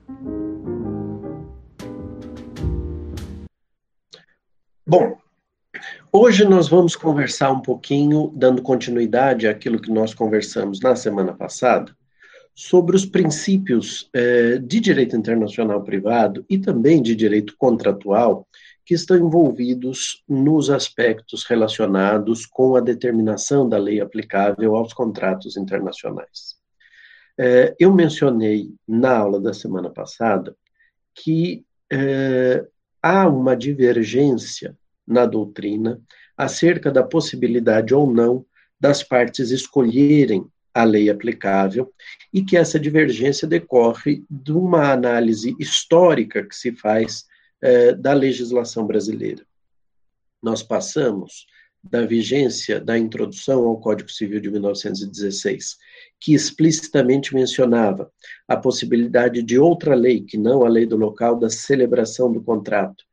Bom, hoje nós vamos conversar um pouquinho, dando continuidade àquilo que nós conversamos na semana passada, sobre os princípios de direito internacional privado e também de direito contratual que estão envolvidos nos aspectos relacionados com a determinação da lei aplicável aos contratos internacionais. Eu mencionei na aula da semana passada que há uma divergência na doutrina acerca da possibilidade ou não das partes escolherem a lei aplicável e que essa divergência decorre de uma análise histórica que se faz da legislação brasileira. Nós passamos da vigência da introdução ao Código Civil de 1916, que explicitamente mencionava a possibilidade de outra lei, que não a lei do local, da celebração do contrato,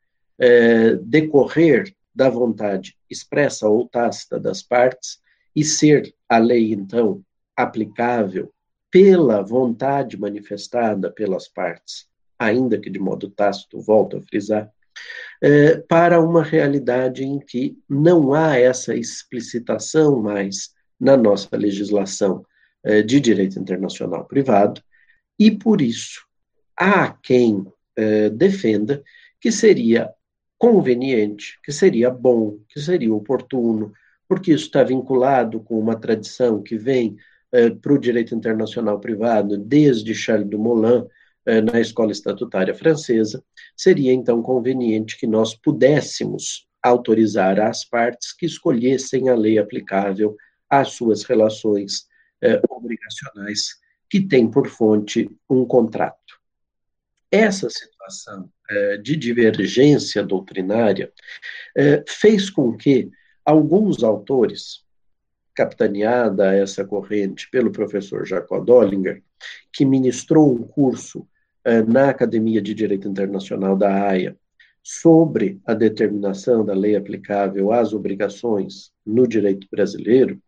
decorrer da vontade expressa ou tácita das partes e ser a lei, então, aplicável pela vontade manifestada pelas partes, ainda que de modo tácito, volto a frisar, para uma realidade em que não há essa explicitação mais na nossa legislação de direito internacional privado, e por isso há quem defenda que seria conveniente, que seria bom, que seria oportuno, porque isso está vinculado com uma tradição que vem para o direito internacional privado desde Charles Dumoulin, na escola estatutária francesa, seria então conveniente que nós pudéssemos autorizar as partes que escolhessem a lei aplicável às suas relações obrigacionais que tem por fonte um contrato. Essa situação de divergência doutrinária fez com que alguns autores, capitaneada essa corrente pelo professor Jacob Dollinger, que ministrou um curso na Academia de Direito Internacional da Haia sobre a determinação da lei aplicável às obrigações no direito brasileiro,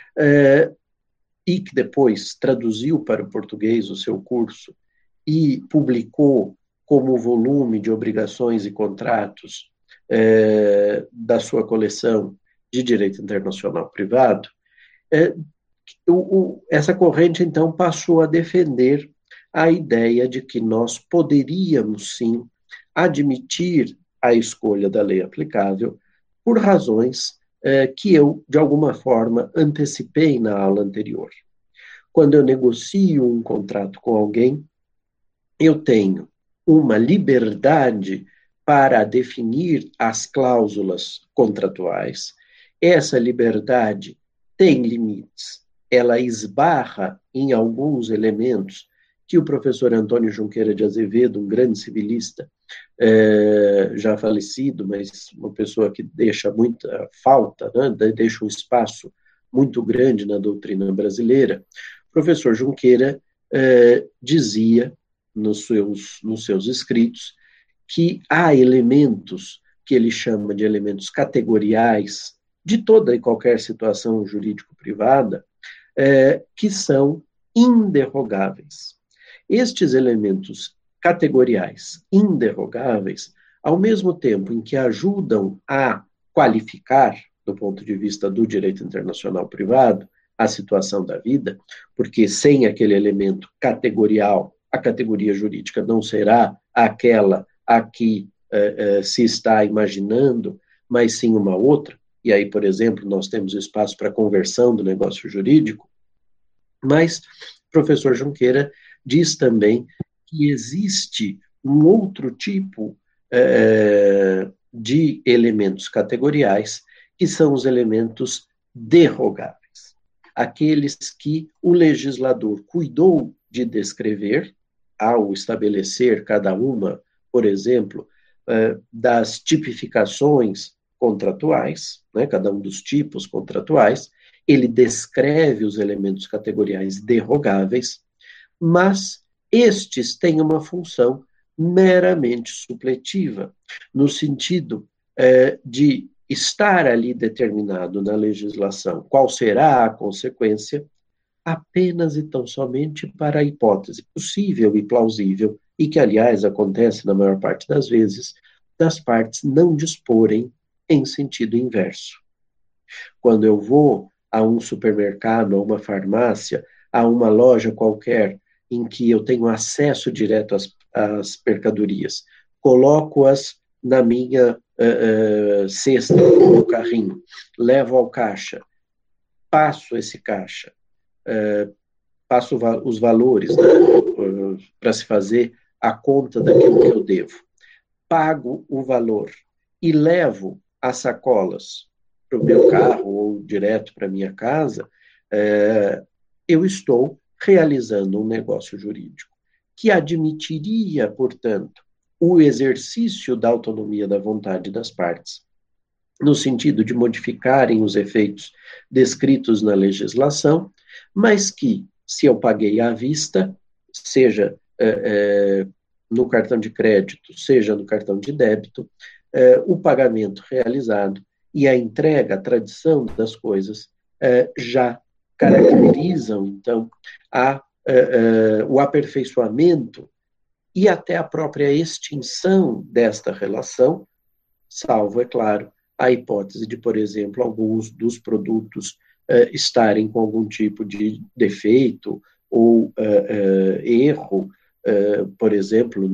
e que depois traduziu para o português o seu curso e publicou como volume de obrigações e contratos da sua coleção de direito internacional privado, essa corrente, então, passou a defender a ideia de que nós poderíamos, sim, admitir a escolha da lei aplicável por razões que eu, de alguma forma, antecipei na aula anterior. Quando eu negocio um contrato com alguém, eu tenho uma liberdade para definir as cláusulas contratuais. Essa liberdade tem limites. Ela esbarra em alguns elementos que o professor Antônio Junqueira de Azevedo, um grande civilista, já falecido, mas uma pessoa que deixa muita falta, né? Deixa um espaço muito grande na doutrina brasileira. O professor Junqueira dizia nos seus escritos que há elementos que ele chama de elementos categoriais de toda e qualquer situação jurídico-privada que são inderrogáveis. Estes elementos categoriais inderrogáveis, ao mesmo tempo em que ajudam a qualificar, do ponto de vista do direito internacional privado, a situação da vida, porque sem aquele elemento categorial, a categoria jurídica não será aquela a que se está imaginando, mas sim uma outra. E aí, por exemplo, nós temos espaço para conversão do negócio jurídico, mas o professor Junqueira diz também que existe um outro tipo de elementos categoriais, que são os elementos derrogáveis. Aqueles que o legislador cuidou de descrever, ao estabelecer cada uma, por exemplo, das tipificações contratuais, né, cada um dos tipos contratuais, ele descreve os elementos categoriais derrogáveis, mas estes têm uma função meramente supletiva, no sentido de estar ali determinado na legislação qual será a consequência, apenas e tão somente para a hipótese possível e plausível e que, aliás, acontece na maior parte das vezes, das partes não disporem em sentido inverso. Quando eu vou a um supermercado, a uma farmácia, a uma loja qualquer, em que eu tenho acesso direto às mercadorias, coloco-as na minha cesta, no carrinho, levo ao caixa, passo esse caixa, passo os valores, né, para se fazer a conta daquilo que eu devo, pago o valor e levo as sacolas para o meu carro ou direto para a minha casa, eu estou realizando um negócio jurídico que admitiria, portanto, o exercício da autonomia da vontade das partes, no sentido de modificarem os efeitos descritos na legislação, mas que, se eu paguei à vista, seja no cartão de crédito, seja no cartão de débito, o pagamento realizado e a entrega, a tradição das coisas já caracterizam, então, o aperfeiçoamento e até a própria extinção desta relação, salvo, é claro, a hipótese de, por exemplo, alguns dos produtos estarem com algum tipo de defeito ou erro, por exemplo,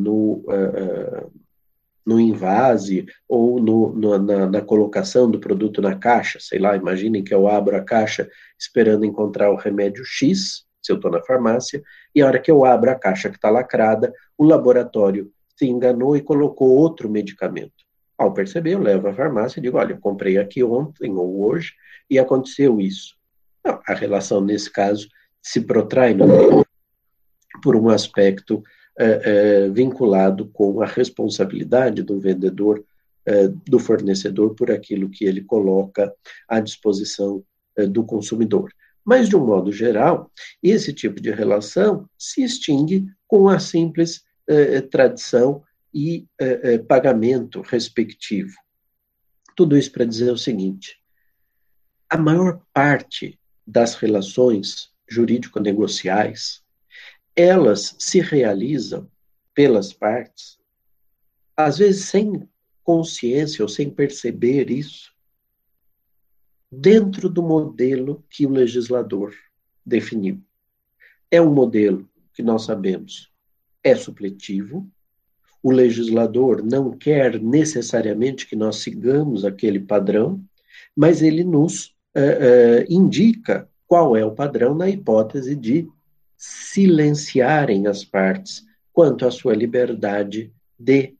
no invase ou na colocação do produto na caixa, sei lá, imaginem que eu abro a caixa esperando encontrar o remédio X, se eu estou na farmácia, e a hora que eu abro a caixa que está lacrada, o laboratório se enganou e colocou outro medicamento. Ao perceber, eu levo à farmácia e digo, olha, eu comprei aqui ontem ou hoje e aconteceu isso. Não, a relação, nesse caso, se protrai no tempo por um aspecto vinculado com a responsabilidade do vendedor, do fornecedor, por aquilo que ele coloca à disposição do consumidor. Mas, de um modo geral, esse tipo de relação se extingue com a simples tradição e pagamento respectivo. Tudo isso para dizer o seguinte: a maior parte das relações jurídico-negociais, elas se realizam pelas partes, às vezes sem consciência ou sem perceber isso, dentro do modelo que o legislador definiu. É um modelo que nós sabemos é supletivo, o legislador não quer necessariamente que nós sigamos aquele padrão, mas ele nos indica qual é o padrão na hipótese de silenciarem as partes quanto à sua liberdade de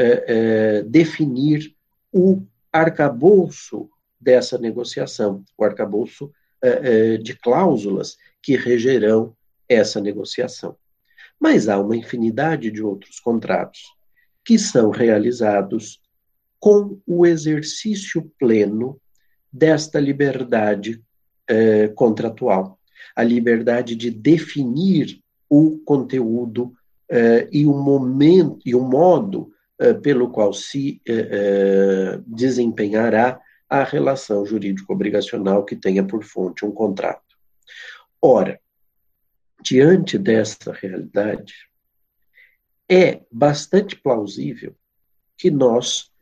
definir o arcabouço dessa negociação, o arcabouço de cláusulas que regerão essa negociação. Mas há uma infinidade de outros contratos que são realizados com o exercício pleno desta liberdade contratual. A liberdade de definir o conteúdo e o momento e o modo pelo qual se desempenhará a relação jurídico-obrigacional que tenha por fonte um contrato. Ora, diante dessa realidade, é bastante plausível que nós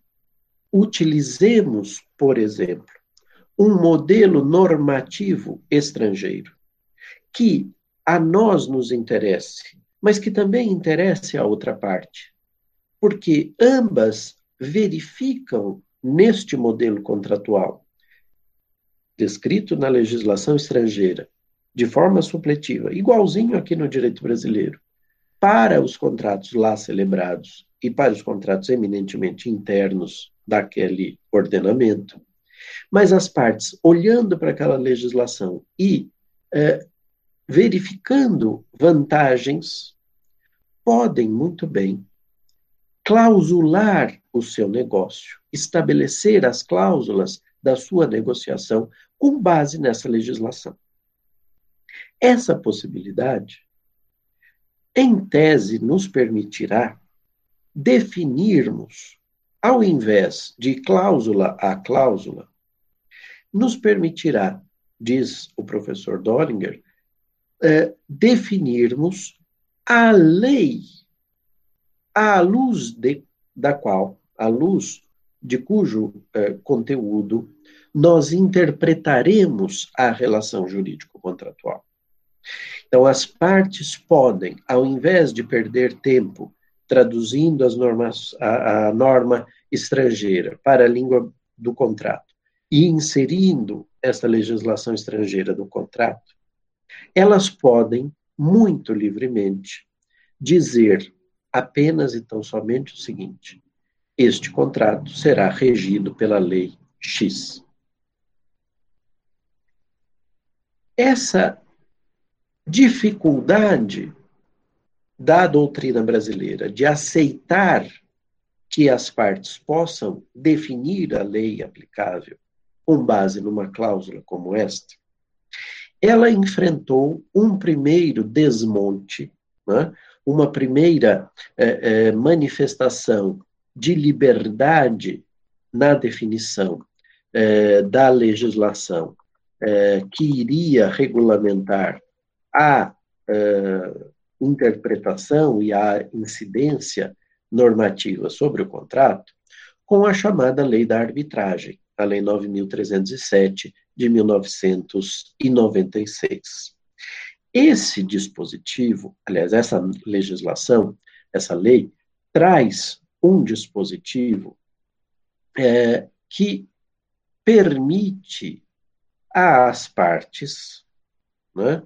utilizemos, por exemplo, um modelo normativo estrangeiro que a nós nos interesse, mas que também interesse a outra parte, porque ambas verificam neste modelo contratual, descrito na legislação estrangeira, de forma supletiva, igualzinho aqui no direito brasileiro, para os contratos lá celebrados e para os contratos eminentemente internos daquele ordenamento, mas as partes, olhando para aquela legislação e verificando vantagens, podem muito bem clausular o seu negócio, estabelecer as cláusulas da sua negociação com base nessa legislação. Essa possibilidade, em tese, nos permitirá definirmos, ao invés de cláusula a cláusula, nos permitirá, diz o professor Dollinger, definirmos a lei à luz à luz de cujo conteúdo nós interpretaremos a relação jurídico-contratual. Então, as partes podem, ao invés de perder tempo traduzindo a norma estrangeira para a língua do contrato e inserindo essa legislação estrangeira no contrato, elas podem, muito livremente, dizer apenas e tão somente o seguinte: este contrato será regido pela lei X. Essa dificuldade da doutrina brasileira de aceitar que as partes possam definir a lei aplicável com base numa cláusula como esta, ela enfrentou um primeiro desmonte, né? Uma primeira manifestação de liberdade na definição da legislação que iria regulamentar a interpretação e a incidência normativa sobre o contrato, com a chamada Lei da Arbitragem, a Lei 9.307 de 1996. Esse dispositivo, aliás, essa legislação, essa lei, traz um dispositivo que permite às partes, né,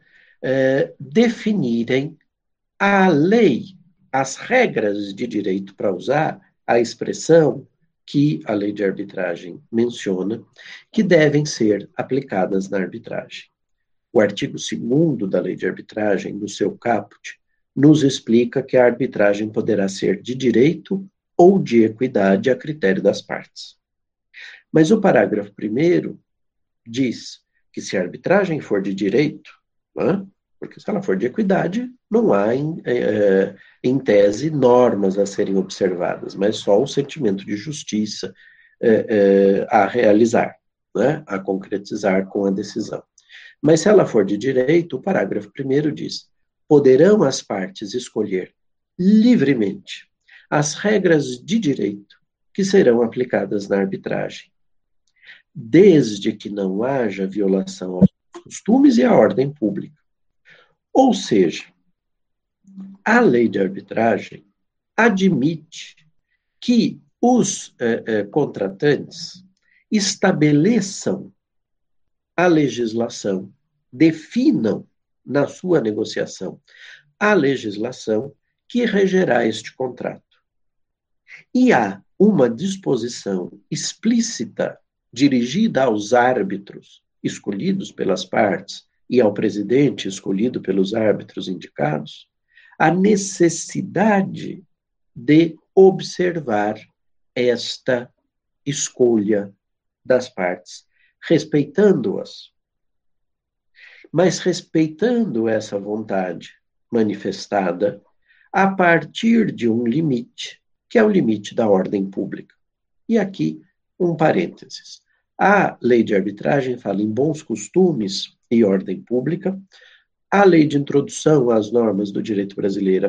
definirem a lei, as regras de direito, para usar a expressão que a lei de arbitragem menciona, que devem ser aplicadas na arbitragem. O artigo 2º da lei de arbitragem, no seu caput, nos explica que a arbitragem poderá ser de direito ou de equidade a critério das partes. Mas o parágrafo 1º diz que se a arbitragem for de direito, né, porque se ela for de equidade, não há, em tese, normas a serem observadas, mas só o sentimento de justiça a realizar, né, a concretizar com a decisão. Mas se ela for de direito, o parágrafo 1º diz: poderão as partes escolher livremente as regras de direito que serão aplicadas na arbitragem, desde que não haja violação aos costumes e à ordem pública. Ou seja, a lei de arbitragem admite que os contratantes estabeleçam a legislação, definam na sua negociação a legislação que regerá este contrato. E há uma disposição explícita dirigida aos árbitros escolhidos pelas partes e ao presidente escolhido pelos árbitros indicados, a necessidade de observar esta escolha das partes, respeitando-as, mas respeitando essa vontade manifestada a partir de um limite, que é o limite da ordem pública. E aqui, um parênteses. A lei de arbitragem fala em bons costumes e ordem pública. A lei de introdução às normas do direito brasileiro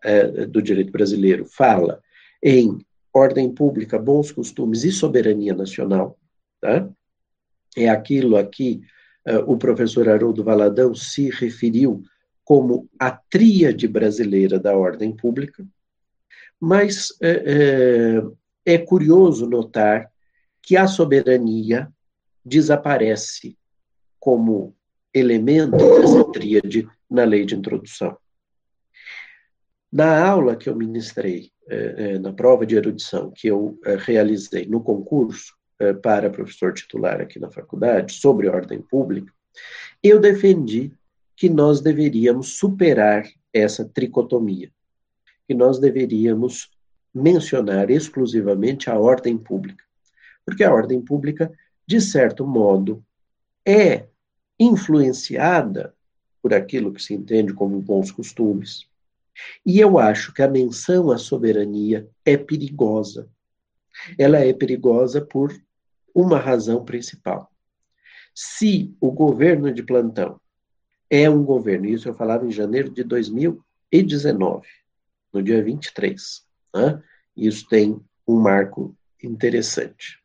fala em ordem pública, bons costumes e soberania nacional. Tá? É aquilo a que o professor Haroldo Valadão se referiu como a tríade brasileira da ordem pública. Mas é curioso notar que a soberania desaparece como elemento dessa tríade na lei de introdução. Na aula que eu ministrei, na prova de erudição que eu realizei no concurso para professor titular aqui na faculdade, sobre ordem pública, eu defendi que nós deveríamos superar essa tricotomia, que nós deveríamos mencionar exclusivamente a ordem pública, porque a ordem pública, de certo modo, é influenciada por aquilo que se entende como bons costumes. E eu acho que a menção à soberania é perigosa. Ela é perigosa por uma razão principal. Se o governo de plantão é um governo, isso eu falava em janeiro de 2019, no dia 23, né? Isso tem um marco interessante.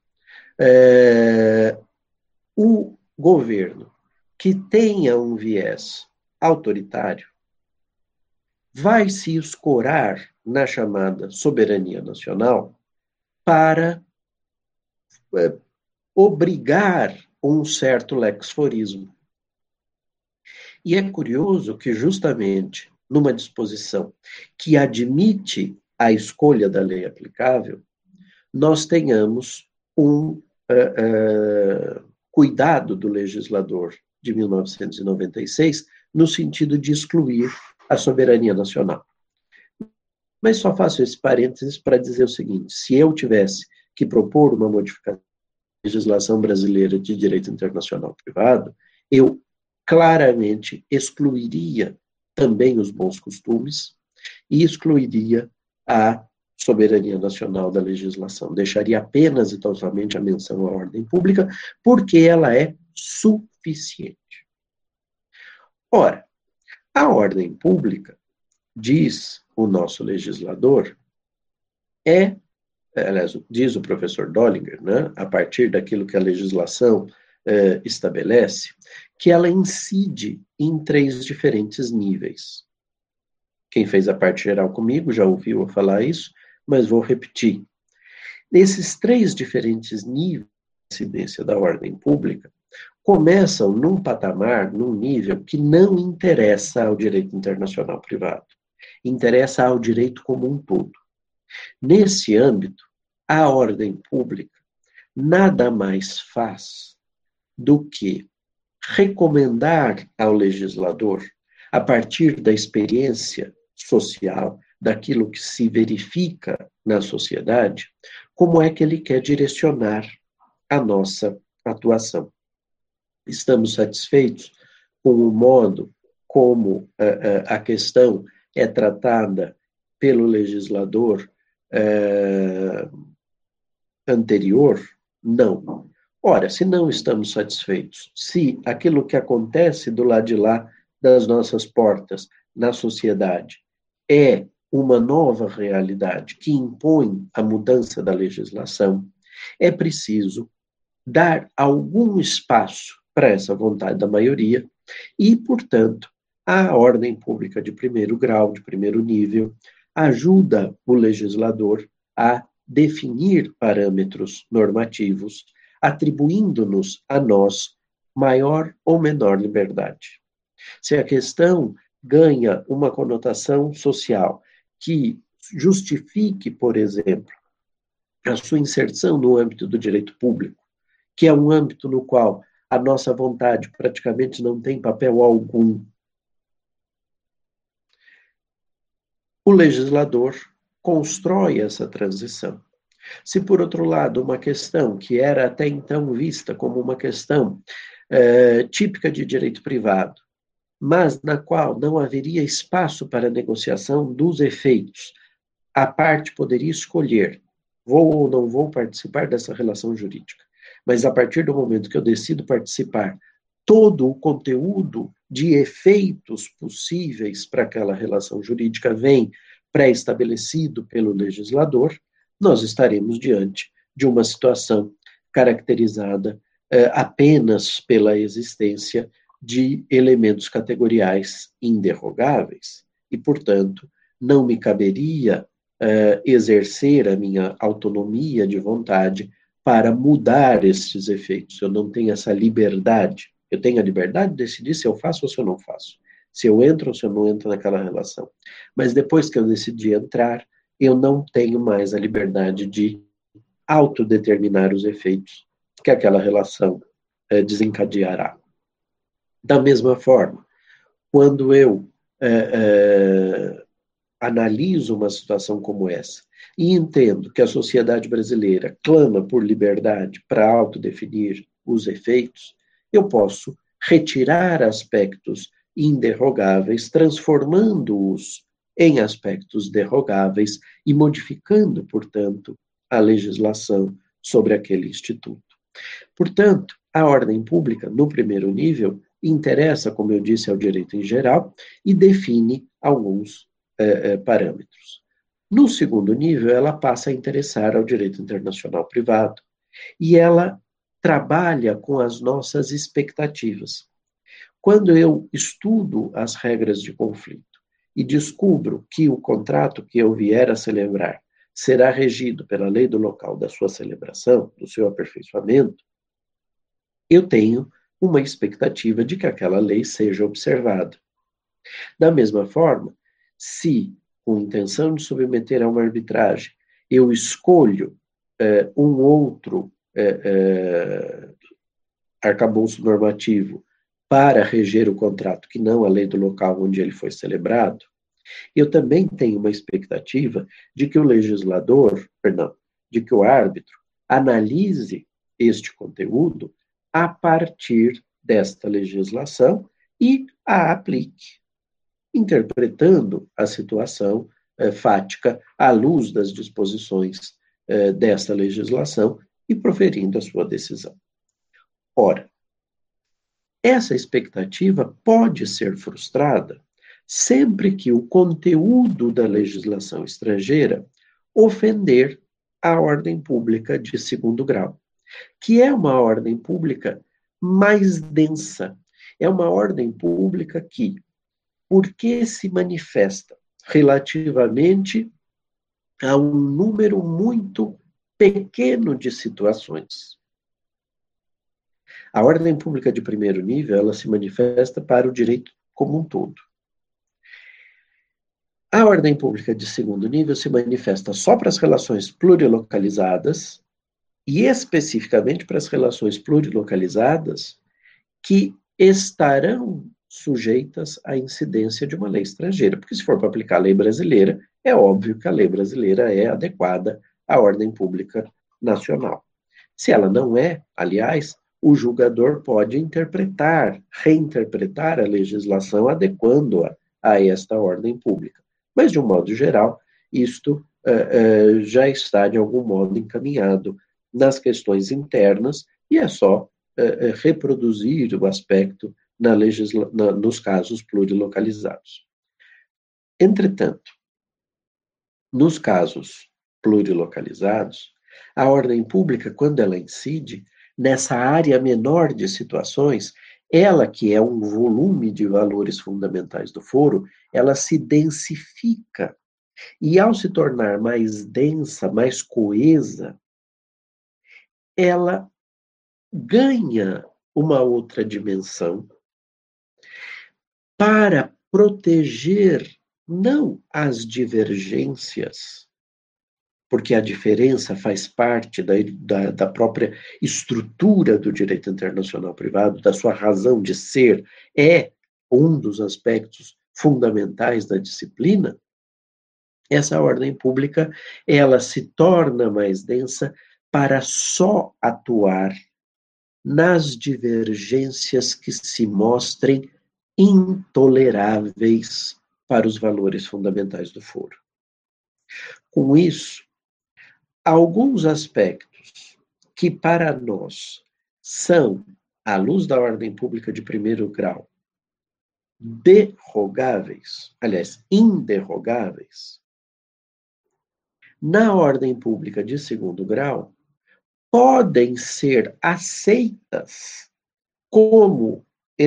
O governo que tenha um viés autoritário vai se escorar na chamada soberania nacional para obrigar um certo lexforismo. E é curioso que justamente numa disposição que admite a escolha da lei aplicável, nós tenhamos um cuidado do legislador de 1996 no sentido de excluir a soberania nacional. Mas só faço esse parênteses para dizer o seguinte: se eu tivesse que propor uma modificação da legislação brasileira de direito internacional privado, eu claramente excluiria também os bons costumes e excluiria a soberania nacional da legislação. Deixaria apenas e totalmente a menção à ordem pública, porque ela é suficiente. Ora, a ordem pública, diz o nosso legislador, aliás, diz o professor Dollinger, né, a partir daquilo que a legislação estabelece, que ela incide em 3 diferentes níveis. Quem fez a parte geral comigo já ouviu eu falar isso, mas vou repetir. Nesses 3 diferentes níveis de incidência da ordem pública, começam num patamar, num nível que não interessa ao direito internacional privado, interessa ao direito como um todo. Nesse âmbito, a ordem pública nada mais faz do que recomendar ao legislador, a partir da experiência social, daquilo que se verifica na sociedade, como é que ele quer direcionar a nossa atuação. Estamos satisfeitos com o modo como a questão é tratada pelo legislador anterior? Não. Ora, se não estamos satisfeitos, se aquilo que acontece do lado de lá das nossas portas na sociedade é uma nova realidade que impõe a mudança da legislação, é preciso dar algum espaço para essa vontade da maioria e, portanto, a ordem pública de primeiro grau, de primeiro nível, ajuda o legislador a definir parâmetros normativos, atribuindo-nos a nós maior ou menor liberdade. Se a questão ganha uma conotação social que justifique, por exemplo, a sua inserção no âmbito do direito público, que é um âmbito no qual a nossa vontade praticamente não tem papel algum, o legislador constrói essa transição. Se, por outro lado, uma questão que era até então vista como uma questão típica de direito privado, mas na qual não haveria espaço para negociação dos efeitos, a parte poderia escolher, vou ou não vou participar dessa relação jurídica. Mas a partir do momento que eu decido participar, todo o conteúdo de efeitos possíveis para aquela relação jurídica vem pré-estabelecido pelo legislador, nós estaremos diante de uma situação caracterizada apenas pela existência de elementos categoriais inderrogáveis. E, portanto, não me caberia exercer a minha autonomia de vontade para mudar esses efeitos. Eu não tenho essa liberdade. Eu tenho a liberdade de decidir se eu faço ou se eu não faço. Se eu entro ou se eu não entro naquela relação. Mas depois que eu decidi entrar, eu não tenho mais a liberdade de autodeterminar os efeitos que aquela relação desencadeará. Da mesma forma, quando eu analiso uma situação como essa e entendo que a sociedade brasileira clama por liberdade para autodefinir os efeitos, eu posso retirar aspectos inderrogáveis, transformando-os em aspectos derrogáveis e modificando, portanto, a legislação sobre aquele instituto. Portanto, a ordem pública, no primeiro nível, interessa, como eu disse, ao direito em geral e define alguns parâmetros. No segundo nível, ela passa a interessar ao direito internacional privado e ela trabalha com as nossas expectativas. Quando eu estudo as regras de conflito e descubro que o contrato que eu vier a celebrar será regido pela lei do local da sua celebração, do seu aperfeiçoamento, eu tenho uma expectativa de que aquela lei seja observada. Da mesma forma, se, com intenção de submeter a uma arbitragem, eu escolho um outro arcabouço normativo para reger o contrato, que não a lei do local onde ele foi celebrado, eu também tenho uma expectativa de que o legislador, perdão, de que o árbitro analise este conteúdo a partir desta legislação e a aplique, interpretando a situação fática à luz das disposições desta legislação e proferindo a sua decisão. Ora, essa expectativa pode ser frustrada sempre que o conteúdo da legislação estrangeira ofender a ordem pública de segundo grau, que é uma ordem pública mais densa. É uma ordem pública que, porque se manifesta relativamente a um número muito pequeno de situações. A ordem pública de primeiro nível, ela se manifesta para o direito como um todo. A ordem pública de segundo nível se manifesta só para as relações plurilocalizadas e especificamente para as relações plurilocalizadas que estarão sujeitas à incidência de uma lei estrangeira. Porque se for para aplicar a lei brasileira, é óbvio que a lei brasileira é adequada à ordem pública nacional. Se ela não é, aliás, o julgador pode interpretar, reinterpretar a legislação adequando-a a esta ordem pública. Mas, de um modo geral, isto já está, de algum modo, encaminhado nas questões internas e é só reproduzir o aspecto nos casos plurilocalizados. Entretanto, nos casos plurilocalizados, a ordem pública, quando ela incide nessa área menor de situações, ela que é um volume de valores fundamentais do foro, ela se densifica. E ao se tornar mais densa, mais coesa, ela ganha uma outra dimensão para proteger não as divergências, porque a diferença faz parte da própria estrutura do direito internacional privado, da sua razão de ser, é um dos aspectos fundamentais da disciplina. Essa ordem pública, ela se torna mais densa para só atuar nas divergências que se mostrem intoleráveis para os valores fundamentais do foro. Com isso, alguns aspectos que para nós são, à luz da ordem pública de primeiro grau, derrogáveis, aliás, inderrogáveis, na ordem pública de segundo grau, podem ser aceitas como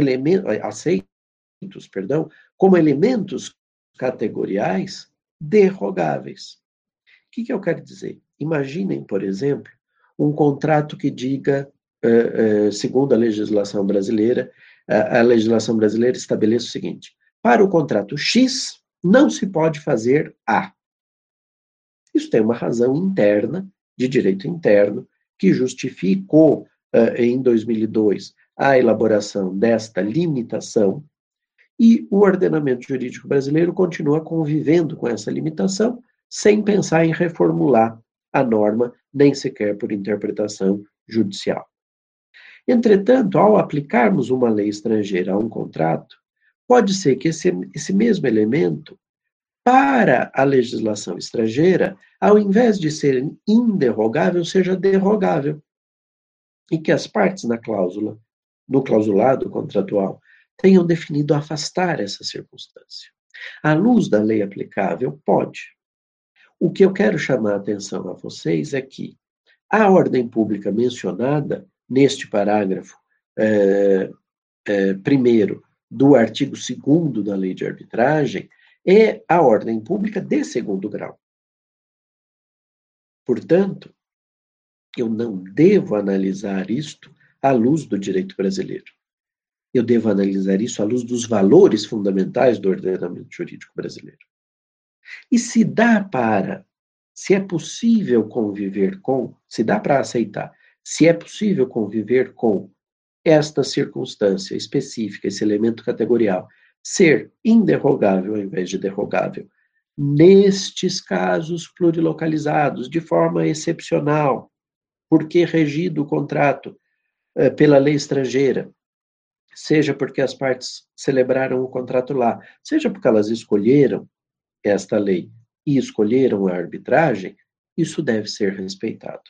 como elementos categoriais derrogáveis. O que eu quero dizer? Imaginem, por exemplo, um contrato que diga, segundo a legislação brasileira, a legislação brasileira estabelece o seguinte: para o contrato X, não se pode fazer A. Isso tem uma razão interna, de direito interno, que justificou, em 2002, a elaboração desta limitação, e o ordenamento jurídico brasileiro continua convivendo com essa limitação, sem pensar em reformular a norma, nem sequer por interpretação judicial. Entretanto, ao aplicarmos uma lei estrangeira a um contrato, pode ser que esse mesmo elemento, para a legislação estrangeira, ao invés de ser inderrogável, seja derrogável. E que as partes na cláusula, no clausulado contratual, tenham definido afastar essa circunstância. À luz da lei aplicável, pode. O que eu quero chamar a atenção a vocês é que a ordem pública mencionada neste parágrafo primeiro do artigo 2º da Lei de Arbitragem é a ordem pública de segundo grau. Portanto, eu não devo analisar isto à luz do direito brasileiro. Eu devo analisar isso à luz dos valores fundamentais do ordenamento jurídico brasileiro. E se é possível conviver com, se dá para aceitar, se é possível conviver com esta circunstância específica, esse elemento categorial, ser inderrogável ao invés de derrogável, nestes casos plurilocalizados, de forma excepcional, porque regido o contrato pela lei estrangeira, seja porque as partes celebraram o contrato lá, seja porque elas escolheram esta lei e escolheram a arbitragem, isso deve ser respeitado.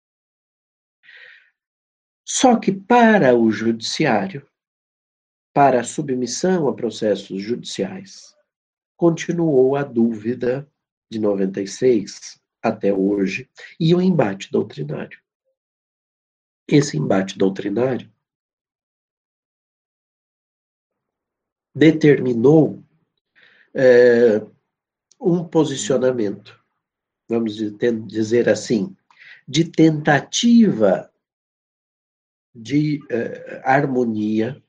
Só que para o judiciário, para a submissão a processos judiciais, continuou a dúvida de 96 até hoje e o embate doutrinário. Esse embate doutrinário determinou um posicionamento, vamos dizer assim, de tentativa de harmonia,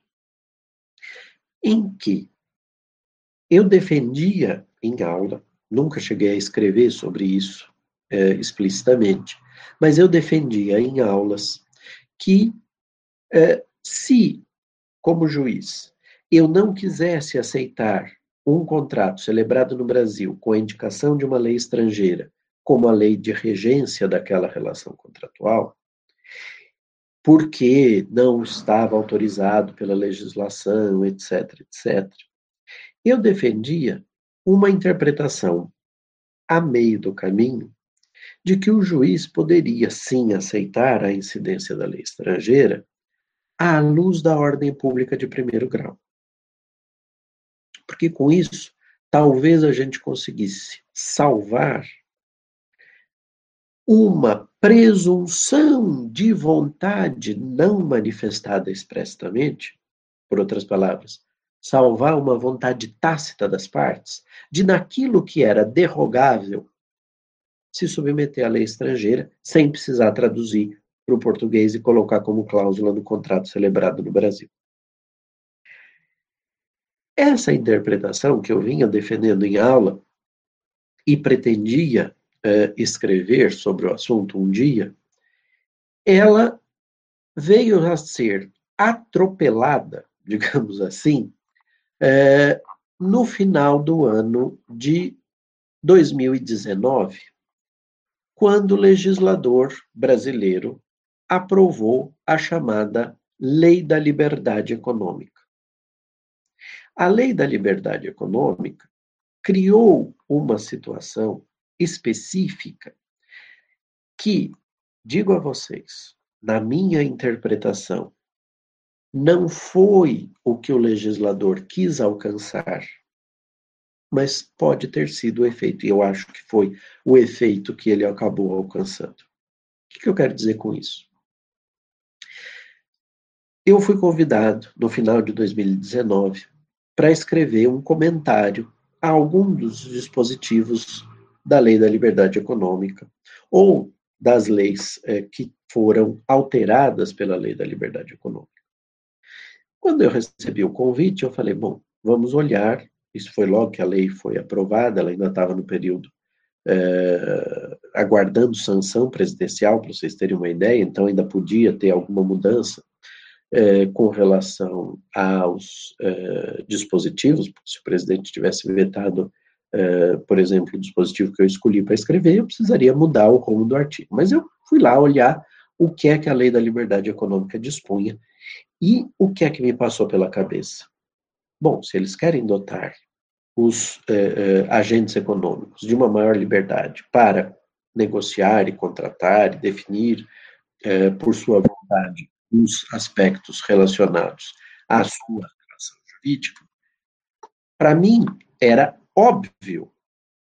em que eu defendia em aula, nunca cheguei a escrever sobre isso explicitamente, mas eu defendia em aulas que se, como juiz, eu não quisesse aceitar um contrato celebrado no Brasil com a indicação de uma lei estrangeira como a lei de regência daquela relação contratual, porque não estava autorizado pela legislação, etc., etc., eu defendia uma interpretação a meio do caminho de que o juiz poderia sim aceitar a incidência da lei estrangeira à luz da ordem pública de primeiro grau. Porque com isso, talvez a gente conseguisse salvar uma presunção de vontade não manifestada expressamente, por outras palavras, salvar uma vontade tácita das partes, de naquilo que era derrogável se submeter à lei estrangeira, sem precisar traduzir para o português e colocar como cláusula no contrato celebrado no Brasil. Essa interpretação que eu vinha defendendo em aula e pretendia escrever sobre o assunto um dia, ela veio a ser atropelada, digamos assim, no final do ano de 2019, quando o legislador brasileiro aprovou a chamada Lei da Liberdade Econômica. A Lei da Liberdade Econômica criou uma situação específica que, digo a vocês, na minha interpretação, não foi o que o legislador quis alcançar, mas pode ter sido o efeito, e eu acho que foi o efeito que ele acabou alcançando. O que eu quero dizer com isso? Eu fui convidado, no final de 2019, para escrever um comentário a algum dos dispositivos da Lei da Liberdade Econômica, ou das leis que foram alteradas pela Lei da Liberdade Econômica. Quando eu recebi o convite, eu falei, bom, vamos olhar, isso foi logo que a lei foi aprovada, ela ainda estava no período aguardando sanção presidencial, para vocês terem uma ideia, então ainda podia ter alguma mudança com relação aos dispositivos, porque se o presidente tivesse vetado, por exemplo, o dispositivo que eu escolhi para escrever, eu precisaria mudar o rumo do artigo. Mas eu fui lá olhar o que é que a Lei da Liberdade Econômica dispunha e o que é que me passou pela cabeça. Bom, se eles querem dotar os agentes econômicos de uma maior liberdade para negociar e contratar e definir por sua vontade os aspectos relacionados à sua relação jurídica, para mim era óbvio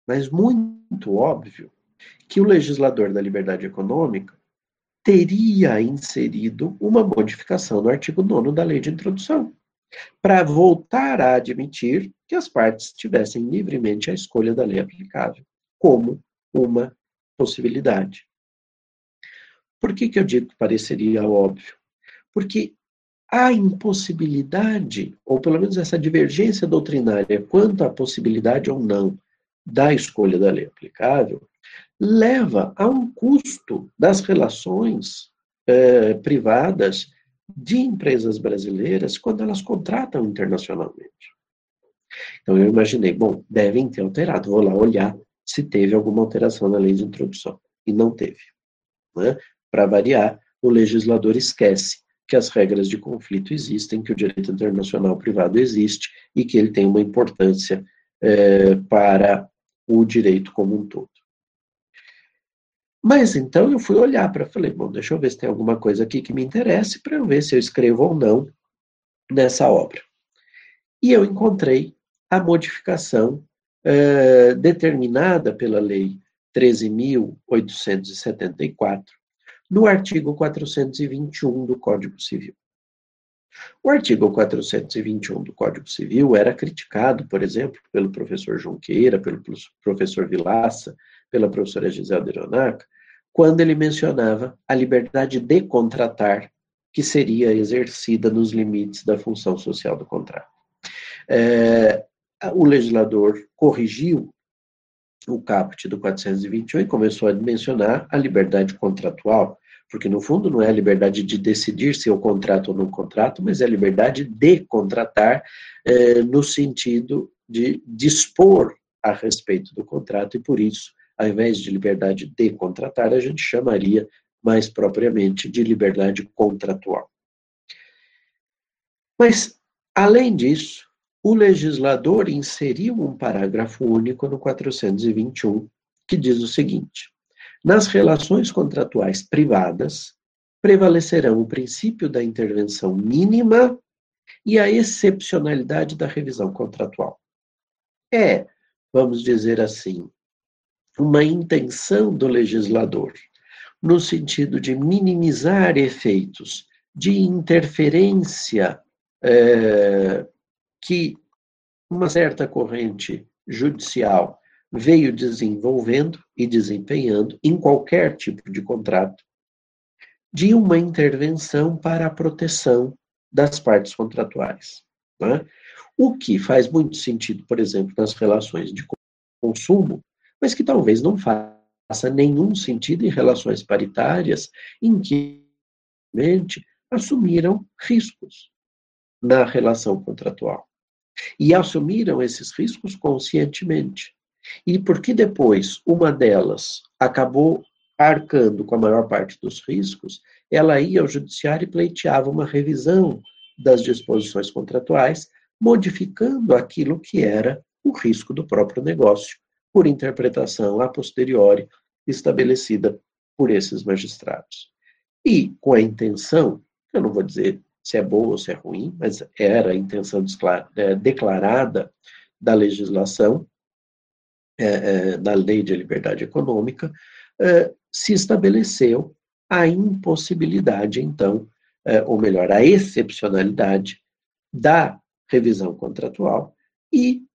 mas muito óbvio, que o legislador da liberdade econômica teria inserido uma modificação no artigo 9º da Lei de Introdução, para voltar a admitir que as partes tivessem livremente a escolha da lei aplicável, como uma possibilidade. Por que eu digo que pareceria óbvio? Porque a impossibilidade, ou pelo menos essa divergência doutrinária quanto à possibilidade ou não da escolha da lei aplicável, leva a um custo das relações privadas de empresas brasileiras quando elas contratam internacionalmente. Então eu imaginei, bom, devem ter alterado, vou lá olhar se teve alguma alteração na lei de introdução. E não teve. Né? Para variar, o legislador esquece que as regras de conflito existem, que o direito internacional privado existe e que ele tem uma importância para o direito como um todo. Mas então eu fui olhar falei, bom, deixa eu ver se tem alguma coisa aqui que me interesse para eu ver se eu escrevo ou não nessa obra. E eu encontrei a modificação determinada pela Lei 13.874, no artigo 421 do Código Civil. O artigo 421 do Código Civil era criticado, por exemplo, pelo professor Junqueira, pelo professor Vilaça, pela professora Gisela Deronaca, quando ele mencionava a liberdade de contratar, que seria exercida nos limites da função social do contrato. O legislador corrigiu o caput do 421 e começou a mencionar a liberdade contratual, porque no fundo não é a liberdade de decidir se eu contrato ou não contrato, mas é a liberdade de contratar no sentido de dispor a respeito do contrato, e por isso, ao invés de liberdade de contratar, a gente chamaria mais propriamente de liberdade contratual. Mas, além disso, o legislador inseriu um parágrafo único no 421, que diz o seguinte: nas relações contratuais privadas, prevalecerão o princípio da intervenção mínima e a excepcionalidade da revisão contratual. Vamos dizer assim, uma intenção do legislador, no sentido de minimizar efeitos de interferência que uma certa corrente judicial veio desenvolvendo e desempenhando em qualquer tipo de contrato, de uma intervenção para a proteção das partes contratuais. Né? O que faz muito sentido, por exemplo, nas relações de consumo, mas que talvez não faça nenhum sentido em relações paritárias, em que assumiram riscos na relação contratual. E assumiram esses riscos conscientemente. E porque depois uma delas acabou arcando com a maior parte dos riscos, ela ia ao judiciário e pleiteava uma revisão das disposições contratuais, modificando aquilo que era o risco do próprio negócio, por interpretação a posteriori estabelecida por esses magistrados. E com a intenção, eu não vou dizer se é boa ou se é ruim, mas era a intenção declarada da legislação, da Lei de Liberdade Econômica, se estabeleceu a impossibilidade, então, ou melhor, a excepcionalidade da revisão contratual e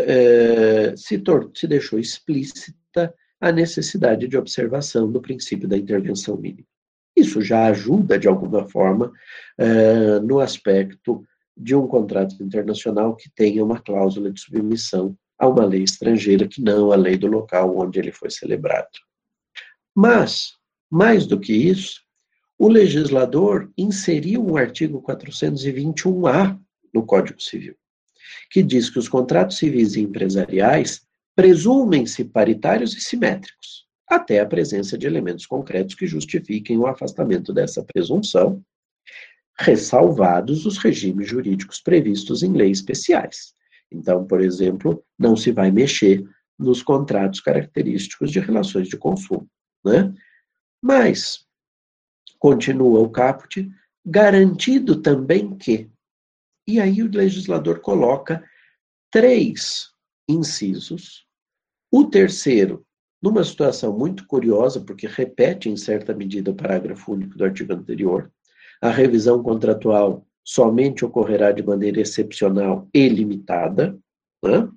se deixou explícita a necessidade de observação do princípio da intervenção mínima. Isso já ajuda, de alguma forma, no aspecto de um contrato internacional que tenha uma cláusula de submissão a uma lei estrangeira, que não a lei do local onde ele foi celebrado. Mas, mais do que isso, o legislador inseriu um artigo 421-A no Código Civil, que diz que os contratos civis e empresariais presumem-se paritários e simétricos, até a presença de elementos concretos que justifiquem o afastamento dessa presunção, ressalvados os regimes jurídicos previstos em leis especiais. Então, por exemplo, não se vai mexer nos contratos característicos de relações de consumo, né? Mas, continua o caput, garantido também que, e aí o legislador coloca 3 incisos, O terceiro, numa situação muito curiosa, porque repete em certa medida o parágrafo único do artigo anterior, a revisão contratual somente ocorrerá de maneira excepcional e limitada, né?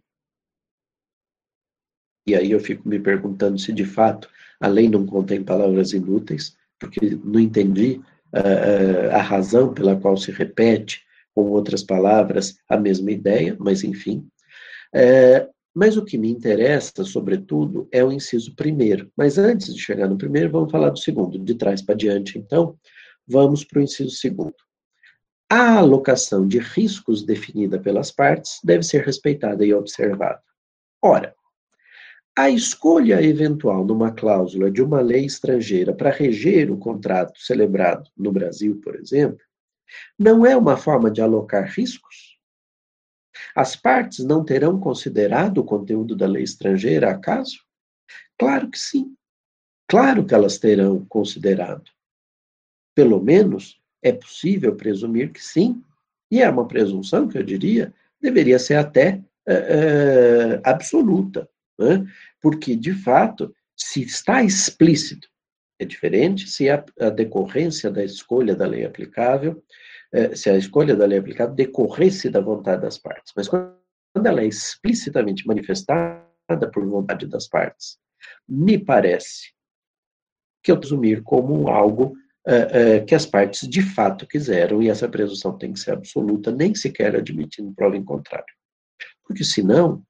E aí eu fico me perguntando se de fato a lei não contém palavras inúteis, porque não entendi a razão pela qual se repete, com outras palavras, a mesma ideia, mas enfim. Mas o que me interessa, sobretudo, é o inciso primeiro. Mas antes de chegar no primeiro, vamos falar do segundo, de trás para diante, então. Vamos para o inciso segundo. A alocação de riscos definida pelas partes deve ser respeitada e observada. Ora, a escolha eventual numa cláusula de uma lei estrangeira para reger o contrato celebrado no Brasil, por exemplo, não é uma forma de alocar riscos? As partes não terão considerado o conteúdo da lei estrangeira, acaso? Claro que sim. Claro que elas terão considerado. Pelo menos é possível presumir que sim. E é uma presunção que eu diria deveria ser até absoluta, né? Porque, de fato, se está explícito, é diferente se a decorrência da escolha da lei aplicável, se a escolha da lei aplicável decorresse da vontade das partes. Mas quando ela é explicitamente manifestada por vontade das partes, me parece que eu presumir como algo que as partes de fato quiseram, e essa presunção tem que ser absoluta, nem sequer admitindo prova em contrário. Porque senão,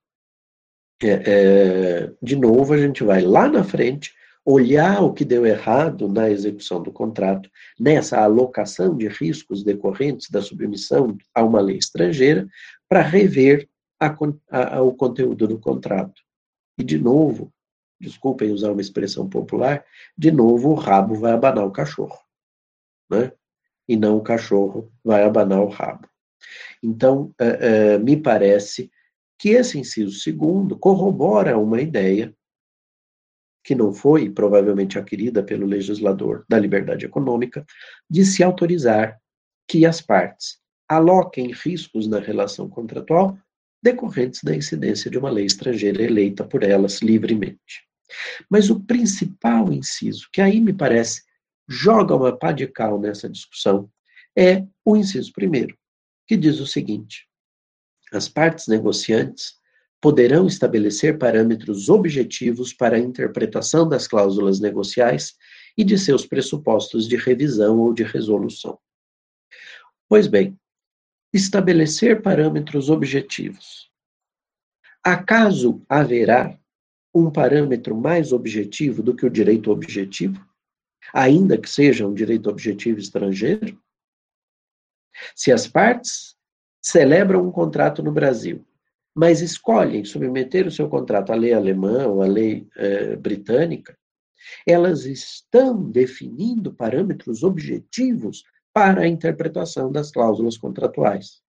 de novo, a gente vai lá na frente olhar o que deu errado na execução do contrato, nessa alocação de riscos decorrentes da submissão a uma lei estrangeira, para rever o conteúdo do contrato. E, de novo, desculpem usar uma expressão popular, de novo o rabo vai abanar o cachorro, né? E não o cachorro vai abanar o rabo. Então, me parece que esse inciso segundo corrobora uma ideia que não foi provavelmente adquirida pelo legislador da liberdade econômica, de se autorizar que as partes aloquem riscos na relação contratual decorrentes da incidência de uma lei estrangeira eleita por elas livremente. Mas o principal inciso, que aí me parece joga uma pá de cal nessa discussão, é o inciso primeiro, que diz o seguinte: as partes negociantes poderão estabelecer parâmetros objetivos para a interpretação das cláusulas negociais e de seus pressupostos de revisão ou de resolução. Pois bem, estabelecer parâmetros objetivos. Acaso haverá um parâmetro mais objetivo do que o direito objetivo? Ainda que seja um direito objetivo estrangeiro? Se as partes celebram um contrato no Brasil, mas escolhem submeter o seu contrato à lei alemã ou à lei britânica, elas estão definindo parâmetros objetivos para a interpretação das cláusulas contratuais,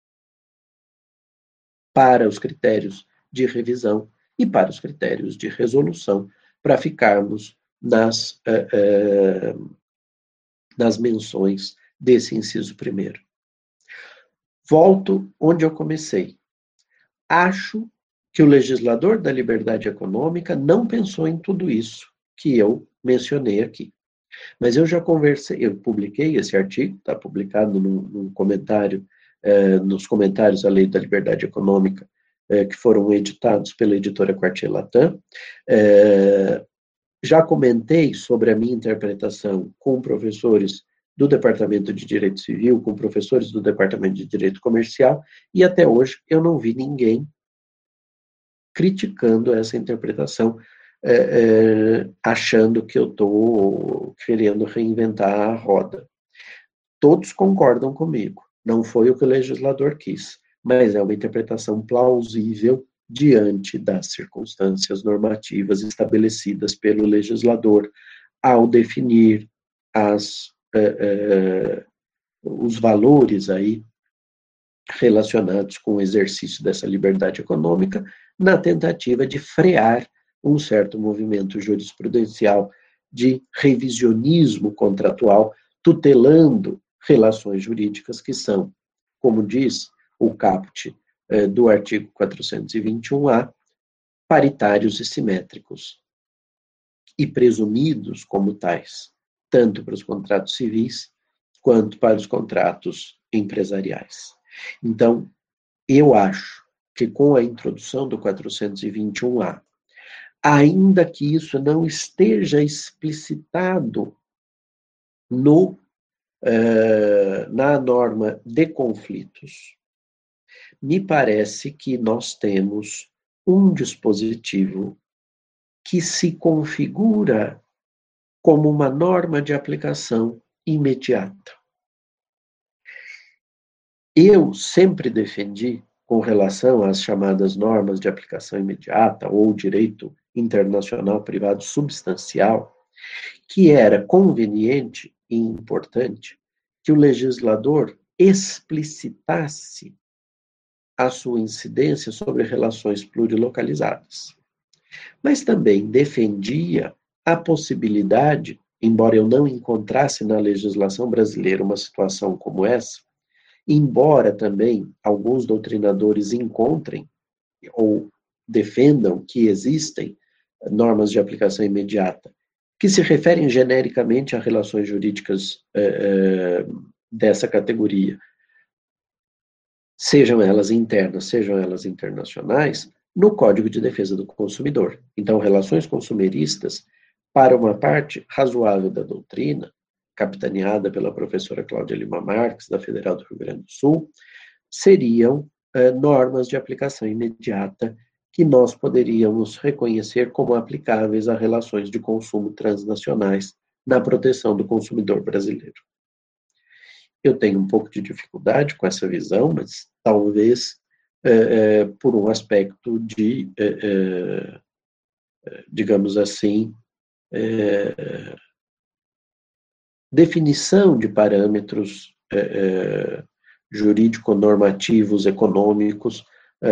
para os critérios de revisão e para os critérios de resolução, para ficarmos nas menções desse inciso primeiro. Volto onde eu comecei. Acho que o legislador da liberdade econômica não pensou em tudo isso que eu mencionei aqui. Mas eu já conversei, eu publiquei esse artigo, está publicado num comentário, nos comentários à Lei da Liberdade Econômica, que foram editados pela editora Quartier Latam. Já comentei sobre a minha interpretação com professores do Departamento de Direito Civil, com professores do Departamento de Direito Comercial, e até hoje eu não vi ninguém criticando essa interpretação, achando que eu estou querendo reinventar a roda. Todos concordam comigo, não foi o que o legislador quis, mas é uma interpretação plausível diante das circunstâncias normativas estabelecidas pelo legislador ao definir os valores aí relacionados com o exercício dessa liberdade econômica, na tentativa de frear um certo movimento jurisprudencial de revisionismo contratual, tutelando relações jurídicas que são, como diz o caput do artigo 421-A, paritários e simétricos, e presumidos como tais, tanto para os contratos civis quanto para os contratos empresariais. Então, eu acho que com a introdução do 421-A, ainda que isso não esteja explicitado na norma de conflitos, me parece que nós temos um dispositivo que se configura como uma norma de aplicação imediata. Eu sempre defendi, com relação às chamadas normas de aplicação imediata ou direito internacional privado substancial, que era conveniente e importante que o legislador explicitasse a sua incidência sobre relações plurilocalizadas. Mas também defendia a possibilidade, embora eu não encontrasse na legislação brasileira uma situação como essa, embora também alguns doutrinadores encontrem ou defendam que existem normas de aplicação imediata, que se referem genericamente a relações jurídicas dessa categoria, sejam elas internas, sejam elas internacionais, no Código de Defesa do Consumidor. Então, relações consumeristas, para uma parte razoável da doutrina, capitaneada pela professora Cláudia Lima Marques, da Federal do Rio Grande do Sul, seriam normas de aplicação imediata que nós poderíamos reconhecer como aplicáveis a relações de consumo transnacionais na proteção do consumidor brasileiro. Eu tenho um pouco de dificuldade com essa visão, mas talvez por um aspecto de, digamos assim, definição de parâmetros jurídico-normativos, econômicos,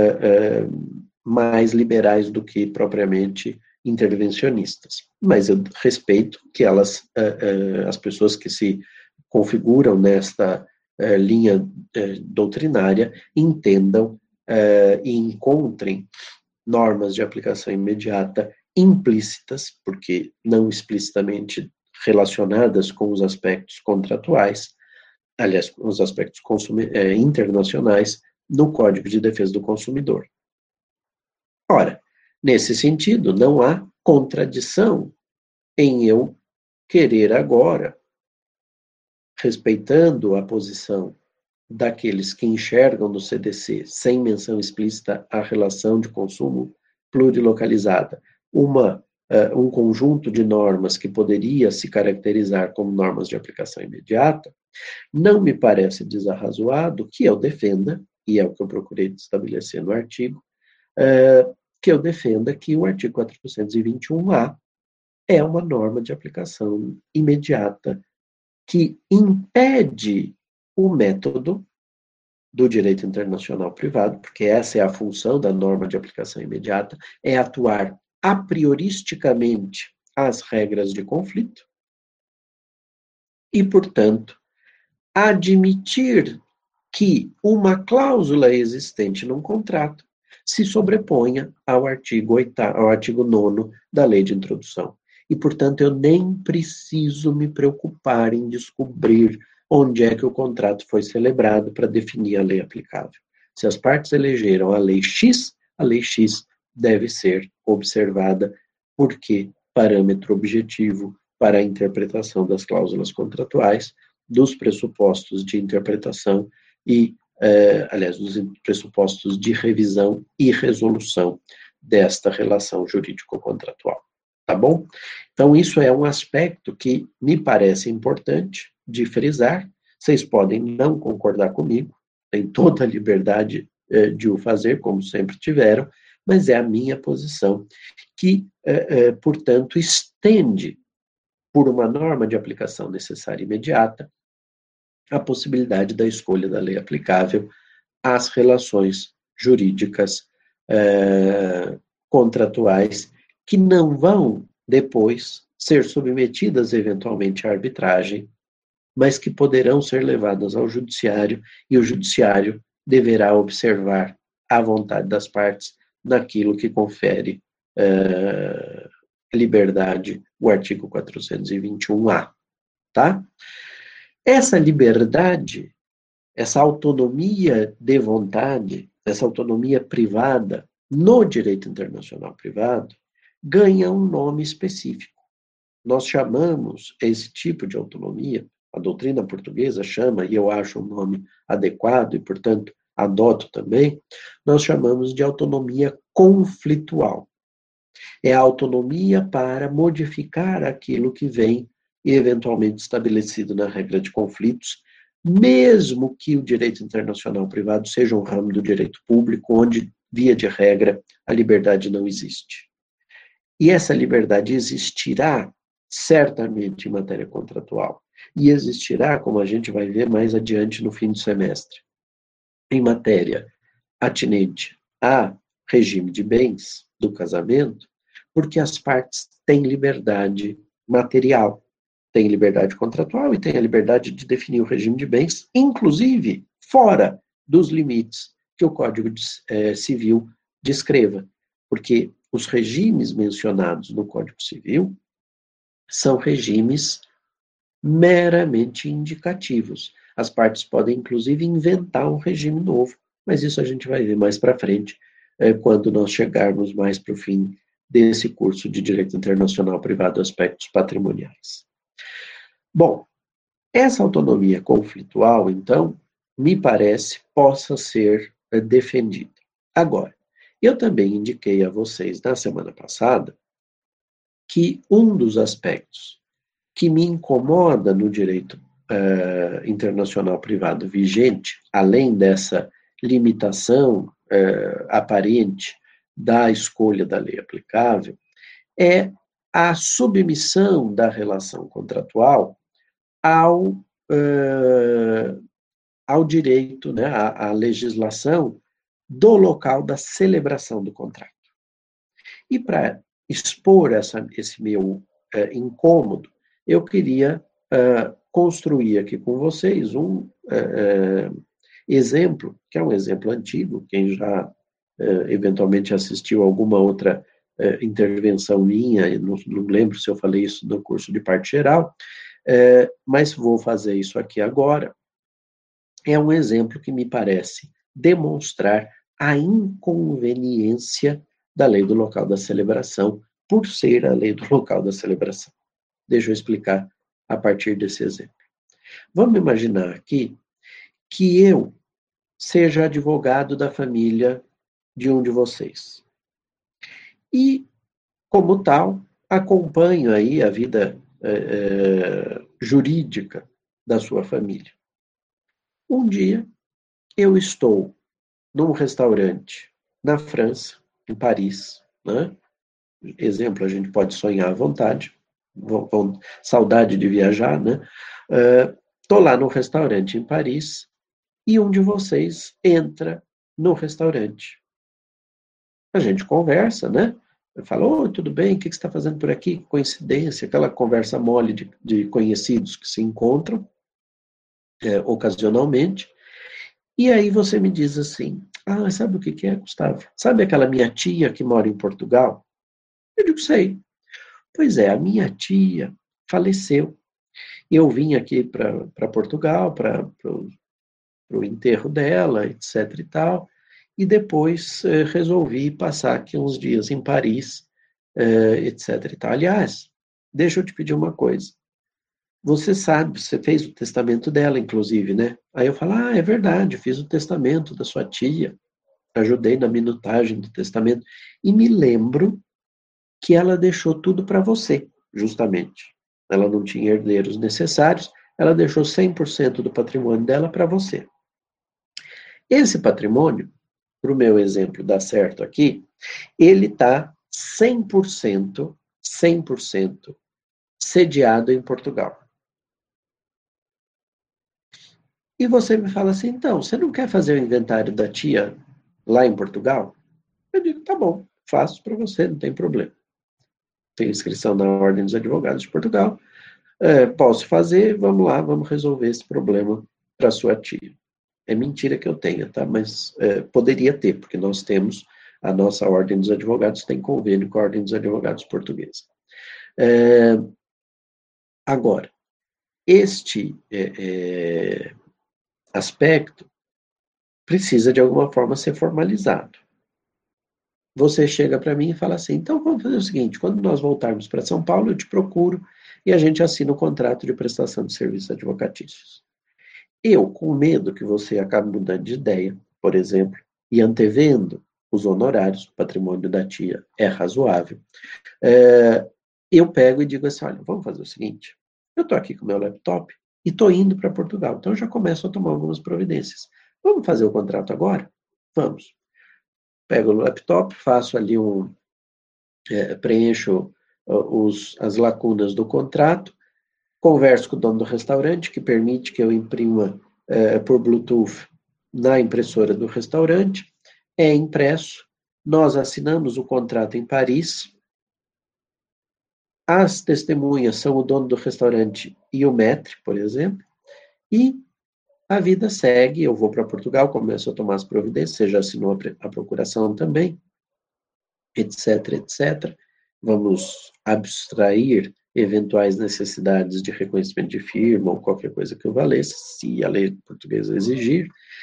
mais liberais do que propriamente intervencionistas. Mas eu respeito que as pessoas que se configuram nesta linha doutrinária entendam e encontrem normas de aplicação imediata implícitas, porque não explicitamente relacionadas com os aspectos contratuais, aliás, com os aspectos internacionais, no Código de Defesa do Consumidor. Ora, nesse sentido, não há contradição em eu querer agora, respeitando a posição daqueles que enxergam no CDC, sem menção explícita à relação de consumo plurilocalizada, um conjunto de normas que poderia se caracterizar como normas de aplicação imediata, não me parece desarrazoado que eu defenda, e é o que eu procurei estabelecer no artigo, que eu defenda que o artigo 421-A é uma norma de aplicação imediata que impede o método do direito internacional privado, porque essa é a função da norma de aplicação imediata, é atuar a prioristicamente às regras de conflito e, portanto, admitir que uma cláusula existente num contrato se sobreponha ao artigo 9º da Lei de Introdução. E, portanto, eu nem preciso me preocupar em descobrir onde é que o contrato foi celebrado para definir a lei aplicável. Se as partes elegeram a lei X deve ser observada, porque parâmetro objetivo para a interpretação das cláusulas contratuais, dos pressupostos de interpretação e, aliás, dos pressupostos de revisão e resolução desta relação jurídico-contratual. Tá bom? Então, isso é um aspecto que me parece importante de frisar. Vocês podem não concordar comigo, têm toda a liberdade de o fazer, como sempre tiveram, mas é a minha posição, que, portanto, estende, por uma norma de aplicação necessária e imediata, a possibilidade da escolha da lei aplicável às relações jurídicas contratuais que não vão, depois, ser submetidas eventualmente à arbitragem, mas que poderão ser levadas ao judiciário, e o judiciário deverá observar a vontade das partes naquilo que confere liberdade, o artigo 421-A, tá? Essa liberdade, essa autonomia de vontade, essa autonomia privada no direito internacional privado, ganha um nome específico. Nós chamamos esse tipo de autonomia, a doutrina portuguesa chama, e eu acho um nome adequado, e, portanto, adoto também, nós chamamos de autonomia conflitual. É a autonomia para modificar aquilo que vem eventualmente estabelecido na regra de conflitos, mesmo que o direito internacional privado seja um ramo do direito público, onde, via de regra, a liberdade não existe. E essa liberdade existirá certamente em matéria contratual. E existirá, como a gente vai ver mais adiante no fim do semestre, em matéria atinente a regime de bens do casamento, porque as partes têm liberdade material, têm liberdade contratual e têm a liberdade de definir o regime de bens, inclusive fora dos limites que o Código Civil descreva, porque os regimes mencionados no Código Civil são regimes meramente indicativos. As partes podem, inclusive, inventar um regime novo, mas isso a gente vai ver mais para frente, quando nós chegarmos mais para o fim desse curso de Direito Internacional Privado, Aspectos Patrimoniais. Bom, essa autonomia conflitual, então, me parece, possa ser defendida. Agora, eu também indiquei a vocês na semana passada que um dos aspectos que me incomoda no direito internacional privado vigente, além dessa limitação aparente da escolha da lei aplicável, é a submissão da relação contratual ao direito, né, à legislação do local da celebração do contrato. E para expor esse meu incômodo, eu queria construir aqui com vocês um exemplo, que é um exemplo antigo, quem já eventualmente assistiu alguma outra intervenção minha, não lembro se eu falei isso no curso de parte geral, mas vou fazer isso aqui agora. É um exemplo que me parece demonstrar a inconveniência da lei do local da celebração, por ser a lei do local da celebração. Deixa eu explicar a partir desse exemplo. Vamos imaginar aqui que eu seja advogado da família de um de vocês. E, como tal, acompanho aí a vida jurídica da sua família. Um dia, eu estou num restaurante na França, em Paris, né? Exemplo, a gente pode sonhar à vontade, saudade de viajar, né? Estou lá no restaurante em Paris e um de vocês entra no restaurante. A gente conversa, né? Fala, oi, tudo bem? O que você está fazendo por aqui? Coincidência, aquela conversa mole de conhecidos que se encontram ocasionalmente. E aí você me diz assim, sabe o que é, Gustavo? Sabe aquela minha tia que mora em Portugal? Eu digo, sei. Pois é, a minha tia faleceu. E eu vim aqui para Portugal, para o enterro dela, etc e tal. E depois resolvi passar aqui uns dias em Paris, etc e tal. Aliás, deixa eu te pedir uma coisa. Você sabe, você fez o testamento dela, inclusive, né? Aí eu falo, é verdade, fiz o testamento da sua tia, ajudei na minutagem do testamento. E me lembro que ela deixou tudo para você, justamente. Ela não tinha herdeiros necessários, ela deixou 100% do patrimônio dela para você. Esse patrimônio, para o meu exemplo dar certo aqui, ele está 100% sediado em Portugal. E você me fala assim, então, você não quer fazer o inventário da tia lá em Portugal? Eu digo, tá bom, faço para você, não tem problema. Tenho inscrição na Ordem dos Advogados de Portugal, posso fazer, vamos lá, vamos resolver esse problema para sua tia. É mentira que eu tenha, tá? Mas poderia ter, porque nós temos A nossa Ordem dos Advogados tem convênio com a Ordem dos Advogados Portuguesa. Agora, este aspecto precisa, de alguma forma, ser formalizado. Você chega para mim e fala assim, então vamos fazer o seguinte, quando nós voltarmos para São Paulo, eu te procuro e a gente assina o contrato de prestação de serviços advocatícios. Eu, com medo que você acabe mudando de ideia, por exemplo, e antevendo os honorários, o patrimônio da tia é razoável, eu pego e digo assim, olha, vamos fazer o seguinte, eu estou aqui com o meu laptop e estou indo para Portugal, então eu já começo a tomar algumas providências. Vamos fazer o contrato agora? Vamos. Pego o laptop, faço ali preencho as lacunas do contrato, converso com o dono do restaurante, que permite que eu imprima por Bluetooth na impressora do restaurante, é impresso, nós assinamos o contrato em Paris, as testemunhas são o dono do restaurante e o maître, por exemplo, e a vida segue, eu vou para Portugal, começo a tomar as providências, você já assinou a procuração também, etc, etc. Vamos abstrair eventuais necessidades de reconhecimento de firma ou qualquer coisa que o valesse, se a lei portuguesa exigir.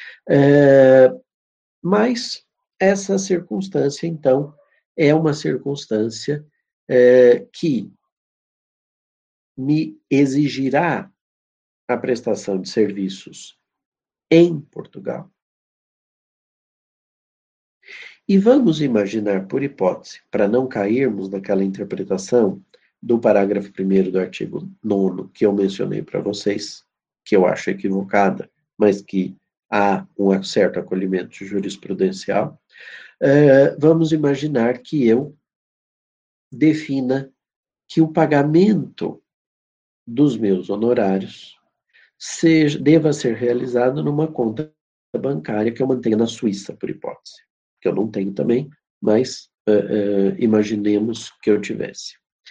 Mas essa circunstância, então, é uma circunstância que me exigirá a prestação de serviços em Portugal. E vamos imaginar, por hipótese, para não cairmos naquela interpretação do parágrafo 1º do artigo 9º que eu mencionei para vocês, que eu acho equivocada, mas que há um certo acolhimento jurisprudencial, vamos imaginar que eu defina que o pagamento dos meus honorários deva ser realizado numa conta bancária que eu mantenha na Suíça, por hipótese, que eu não tenho também, mas imaginemos que eu tivesse.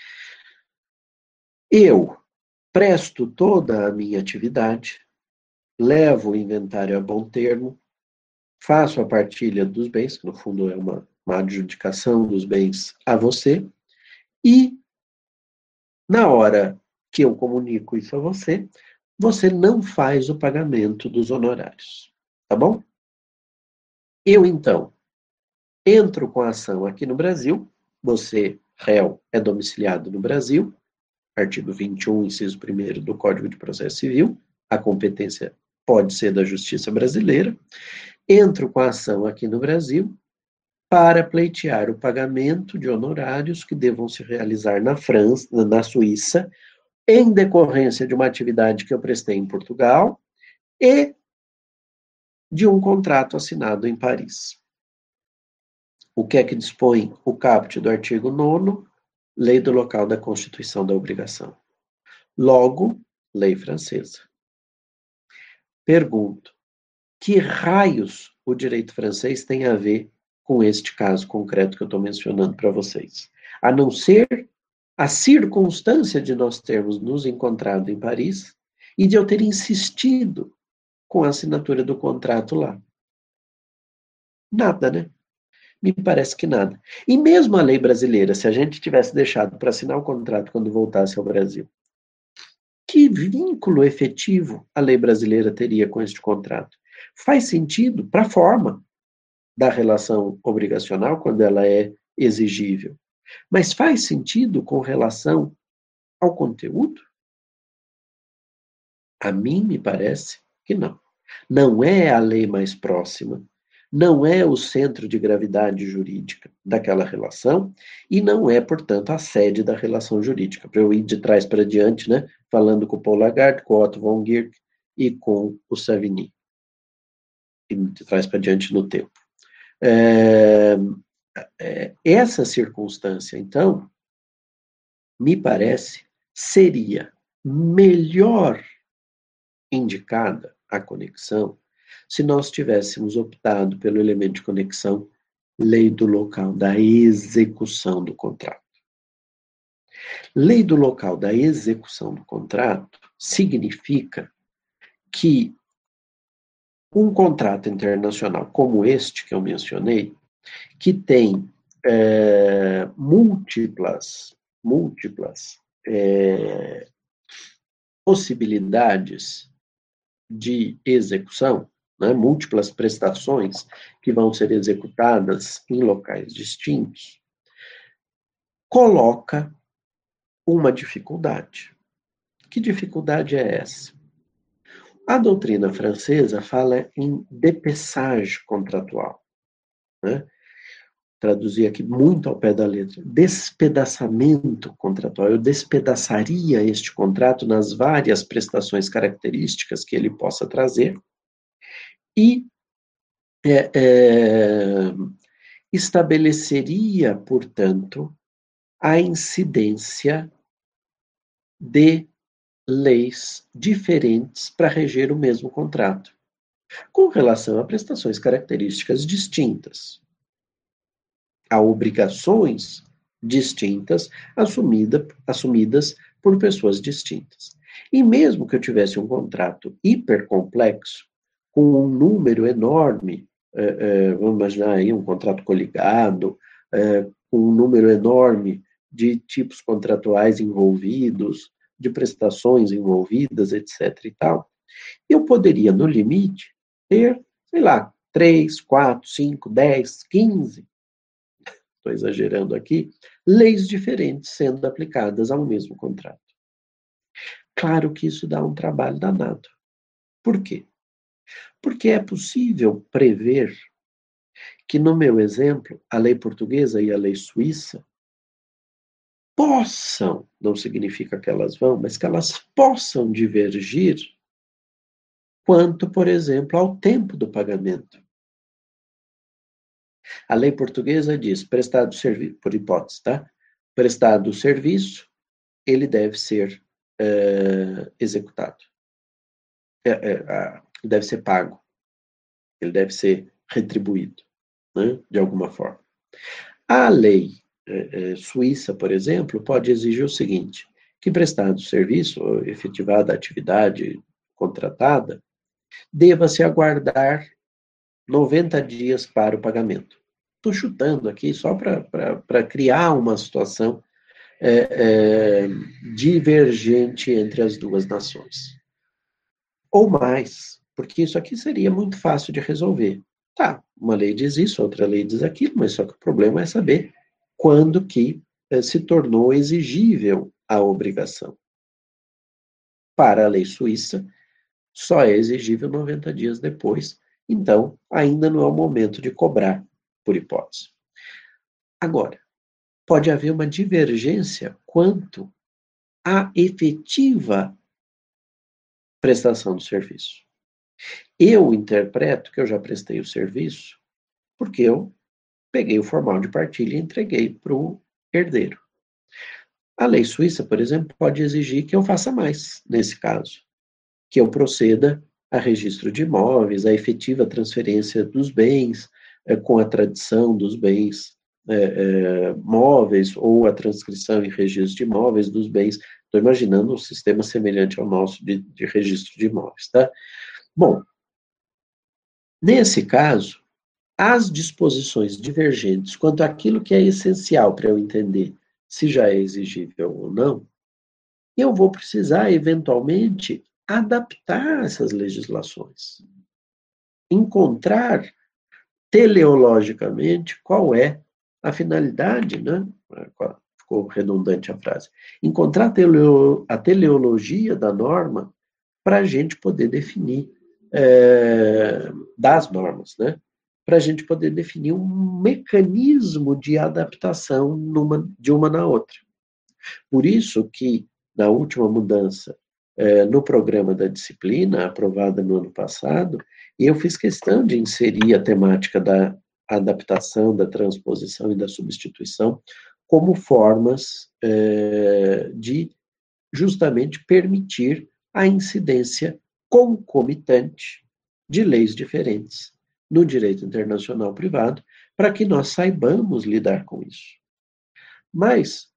Eu presto toda a minha atividade, levo o inventário a bom termo, faço a partilha dos bens, que no fundo é uma adjudicação dos bens a você, e na hora que eu comunico isso a você, você não faz o pagamento dos honorários, tá bom? Eu, então, entro com a ação aqui no Brasil, você, réu, é domiciliado no Brasil, artigo 21, inciso 1º do Código de Processo Civil, a competência pode ser da Justiça Brasileira, entro com a ação aqui no Brasil para pleitear o pagamento de honorários que devam se realizar na França, na Suíça, em decorrência de uma atividade que eu prestei em Portugal e de um contrato assinado em Paris. O que é que dispõe o caput do artigo 9º, lei do local da constituição da obrigação? Logo, lei francesa. Pergunto, que raios o direito francês tem a ver com este caso concreto que eu estou mencionando para vocês? A não ser a circunstância de nós termos nos encontrado em Paris e de eu ter insistido com a assinatura do contrato lá. Nada, né? Me parece que nada. E mesmo a lei brasileira, se a gente tivesse deixado para assinar o contrato quando voltasse ao Brasil, que vínculo efetivo a lei brasileira teria com este contrato? Faz sentido para a forma da relação obrigacional, quando ela é exigível, mas faz sentido com relação ao conteúdo? A mim me parece que não. Não é a lei mais próxima, não é o centro de gravidade jurídica daquela relação e não é, portanto, a sede da relação jurídica. Para eu ir de trás para diante, né, falando com o Paul Lagarde, com o Otto von Guercke e com o Savigny. E de trás para diante no tempo. Essa circunstância, então, me parece, seria melhor indicada a conexão se nós tivéssemos optado pelo elemento de conexão lei do local da execução do contrato. Lei do local da execução do contrato significa que um contrato internacional como este que eu mencionei, que tem múltiplas possibilidades de execução, né, múltiplas prestações que vão ser executadas em locais distintos, coloca uma dificuldade. Que dificuldade é essa? A doutrina francesa fala em dépeçage contratual, né? Traduzir aqui muito ao pé da letra, despedaçamento contratual. Eu despedaçaria este contrato nas várias prestações características que ele possa trazer e estabeleceria, portanto, a incidência de leis diferentes para reger o mesmo contrato, com relação a prestações características distintas, a obrigações distintas assumidas por pessoas distintas. E mesmo que eu tivesse um contrato hipercomplexo, com um número enorme, vamos imaginar aí um contrato coligado, com um número enorme de tipos contratuais envolvidos, de prestações envolvidas, etc. e tal, eu poderia, no limite, ter, sei lá, 3, 4, 5, 10, 15, estou exagerando aqui, leis diferentes sendo aplicadas ao mesmo contrato. Claro que isso dá um trabalho danado. Por quê? Porque é possível prever que, no meu exemplo, a lei portuguesa e a lei suíça possam, não significa que elas vão, mas que elas possam divergir quanto, por exemplo, ao tempo do pagamento. A lei portuguesa diz, prestado serviço, por hipótese, tá? Prestado o serviço, ele deve ser executado. Deve ser pago. Ele deve ser retribuído, né? De alguma forma. A lei suíça, por exemplo, pode exigir o seguinte, que prestado o serviço, ou efetivada a atividade contratada, deva-se aguardar 90 dias para o pagamento. Estou chutando aqui só para criar uma situação divergente entre as duas nações. Ou mais, porque isso aqui seria muito fácil de resolver. Tá, uma lei diz isso, outra lei diz aquilo, mas só que o problema é saber quando que se tornou exigível a obrigação. Para a lei suíça, só é exigível 90 dias depois, então ainda não é o momento de cobrar, por hipótese. Agora, pode haver uma divergência quanto à efetiva prestação do serviço. Eu interpreto que eu já prestei o serviço porque eu peguei o formal de partilha e entreguei para o herdeiro. A lei suíça, por exemplo, pode exigir que eu faça mais nesse caso, que eu proceda a registro de imóveis, a efetiva transferência dos bens, com a tradição dos bens móveis ou a transcrição em registro de imóveis dos bens. Estou imaginando um sistema semelhante ao nosso de registro de imóveis, tá? Bom, nesse caso, as disposições divergentes quanto àquilo que é essencial para eu entender se já é exigível ou não, eu vou precisar, eventualmente, adaptar essas legislações. Encontrar teleologicamente qual é a finalidade, né? Ficou redundante a frase. Encontrar a teleologia da norma para a gente poder definir das normas, né? Para a gente poder definir um mecanismo de adaptação de uma na outra. Por isso que, na última mudança no programa da disciplina, aprovada no ano passado, eu fiz questão de inserir a temática da adaptação, da transposição e da substituição como formas de justamente permitir a incidência concomitante de leis diferentes no direito internacional privado, para que nós saibamos lidar com isso. Mas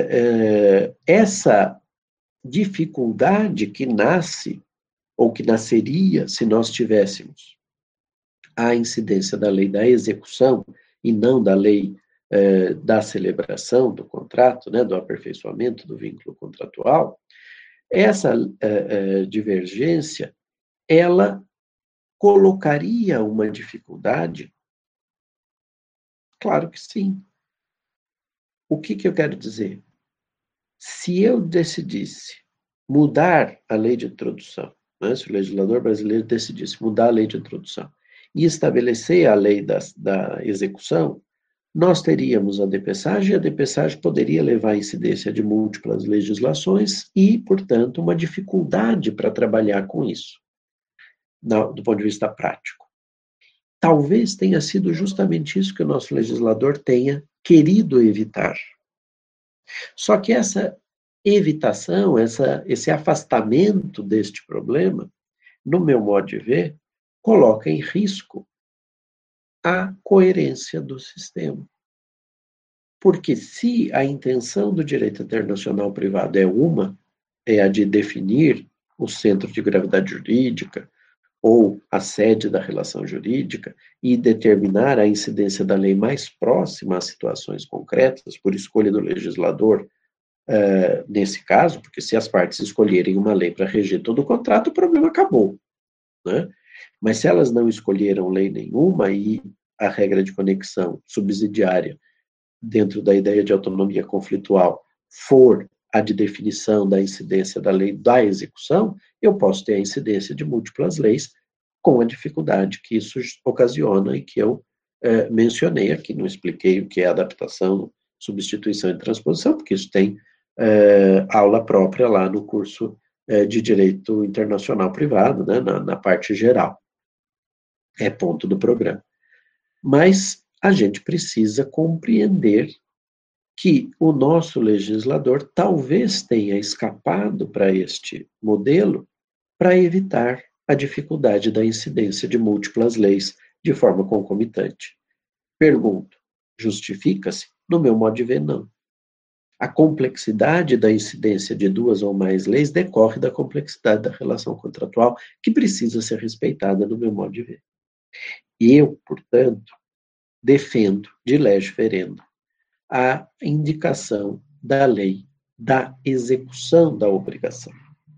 essa dificuldade que nasce, ou que nasceria se nós tivéssemos a incidência da lei da execução e não da lei da celebração do contrato, né, do aperfeiçoamento do vínculo contratual, essa divergência, ela colocaria uma dificuldade? Claro que sim. O que eu quero dizer? Se eu decidisse mudar a lei de introdução, né, se o legislador brasileiro decidisse mudar a lei de introdução e estabelecer a lei da execução, nós teríamos a DPSAG, e a DPSAG poderia levar a incidência de múltiplas legislações e, portanto, uma dificuldade para trabalhar com isso, do ponto de vista prático. Talvez tenha sido justamente isso que o nosso legislador tenha querido evitar. Só que essa evitação, esse afastamento deste problema, no meu modo de ver, coloca em risco a coerência do sistema. Porque se a intenção do direito internacional privado é a de definir o centro de gravidade jurídica, ou a sede da relação jurídica, e determinar a incidência da lei mais próxima às situações concretas, por escolha do legislador, nesse caso, porque se as partes escolherem uma lei para reger todo o contrato, o problema acabou, né? Mas se elas não escolheram lei nenhuma e a regra de conexão subsidiária dentro da ideia de autonomia conflitual for a de definição da incidência da lei da execução, eu posso ter a incidência de múltiplas leis com a dificuldade que isso ocasiona e que eu mencionei aqui, não expliquei o que é adaptação, substituição e transposição, porque isso tem aula própria lá no curso de Direito Internacional Privado, né, na parte geral. É ponto do programa. Mas a gente precisa compreender que o nosso legislador talvez tenha escapado para este modelo para evitar a dificuldade da incidência de múltiplas leis de forma concomitante. Pergunto, justifica-se? No meu modo de ver, não. A complexidade da incidência de duas ou mais leis decorre da complexidade da relação contratual, que precisa ser respeitada, no meu modo de ver. Eu, portanto, defendo, de lege ferenda, a indicação da lei da execução da obrigação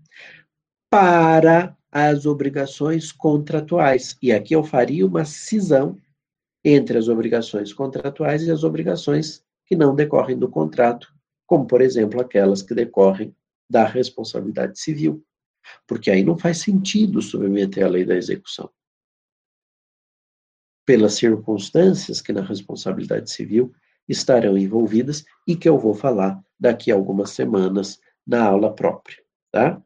para as obrigações contratuais. E aqui eu faria uma cisão entre as obrigações contratuais e as obrigações que não decorrem do contrato, como, por exemplo, aquelas que decorrem da responsabilidade civil, porque aí não faz sentido submeter a lei da execução. Pelas circunstâncias que na responsabilidade civil estarão envolvidas e que eu vou falar daqui a algumas semanas na aula própria, tá?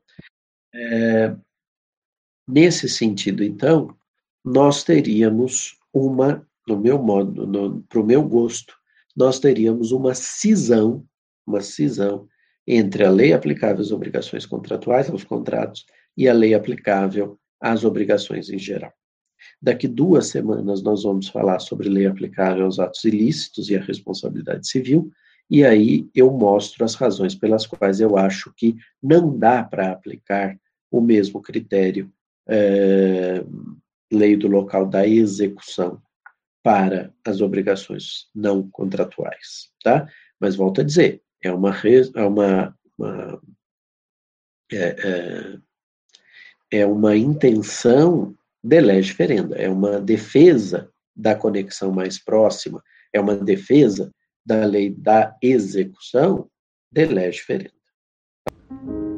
Nesse sentido, então, nós teríamos no meu modo, para o meu gosto, nós teríamos uma cisão entre a lei aplicável às obrigações contratuais, aos contratos, e a lei aplicável às obrigações em geral. Daqui 2 semanas nós vamos falar sobre lei aplicável aos atos ilícitos e à responsabilidade civil, e aí eu mostro as razões pelas quais eu acho que não dá para aplicar o mesmo critério lei do local da execução para as obrigações não contratuais, tá? Mas volto a dizer, é uma intenção de lege ferenda, é uma defesa da conexão mais próxima, é uma defesa da lei da execução de lege ferenda.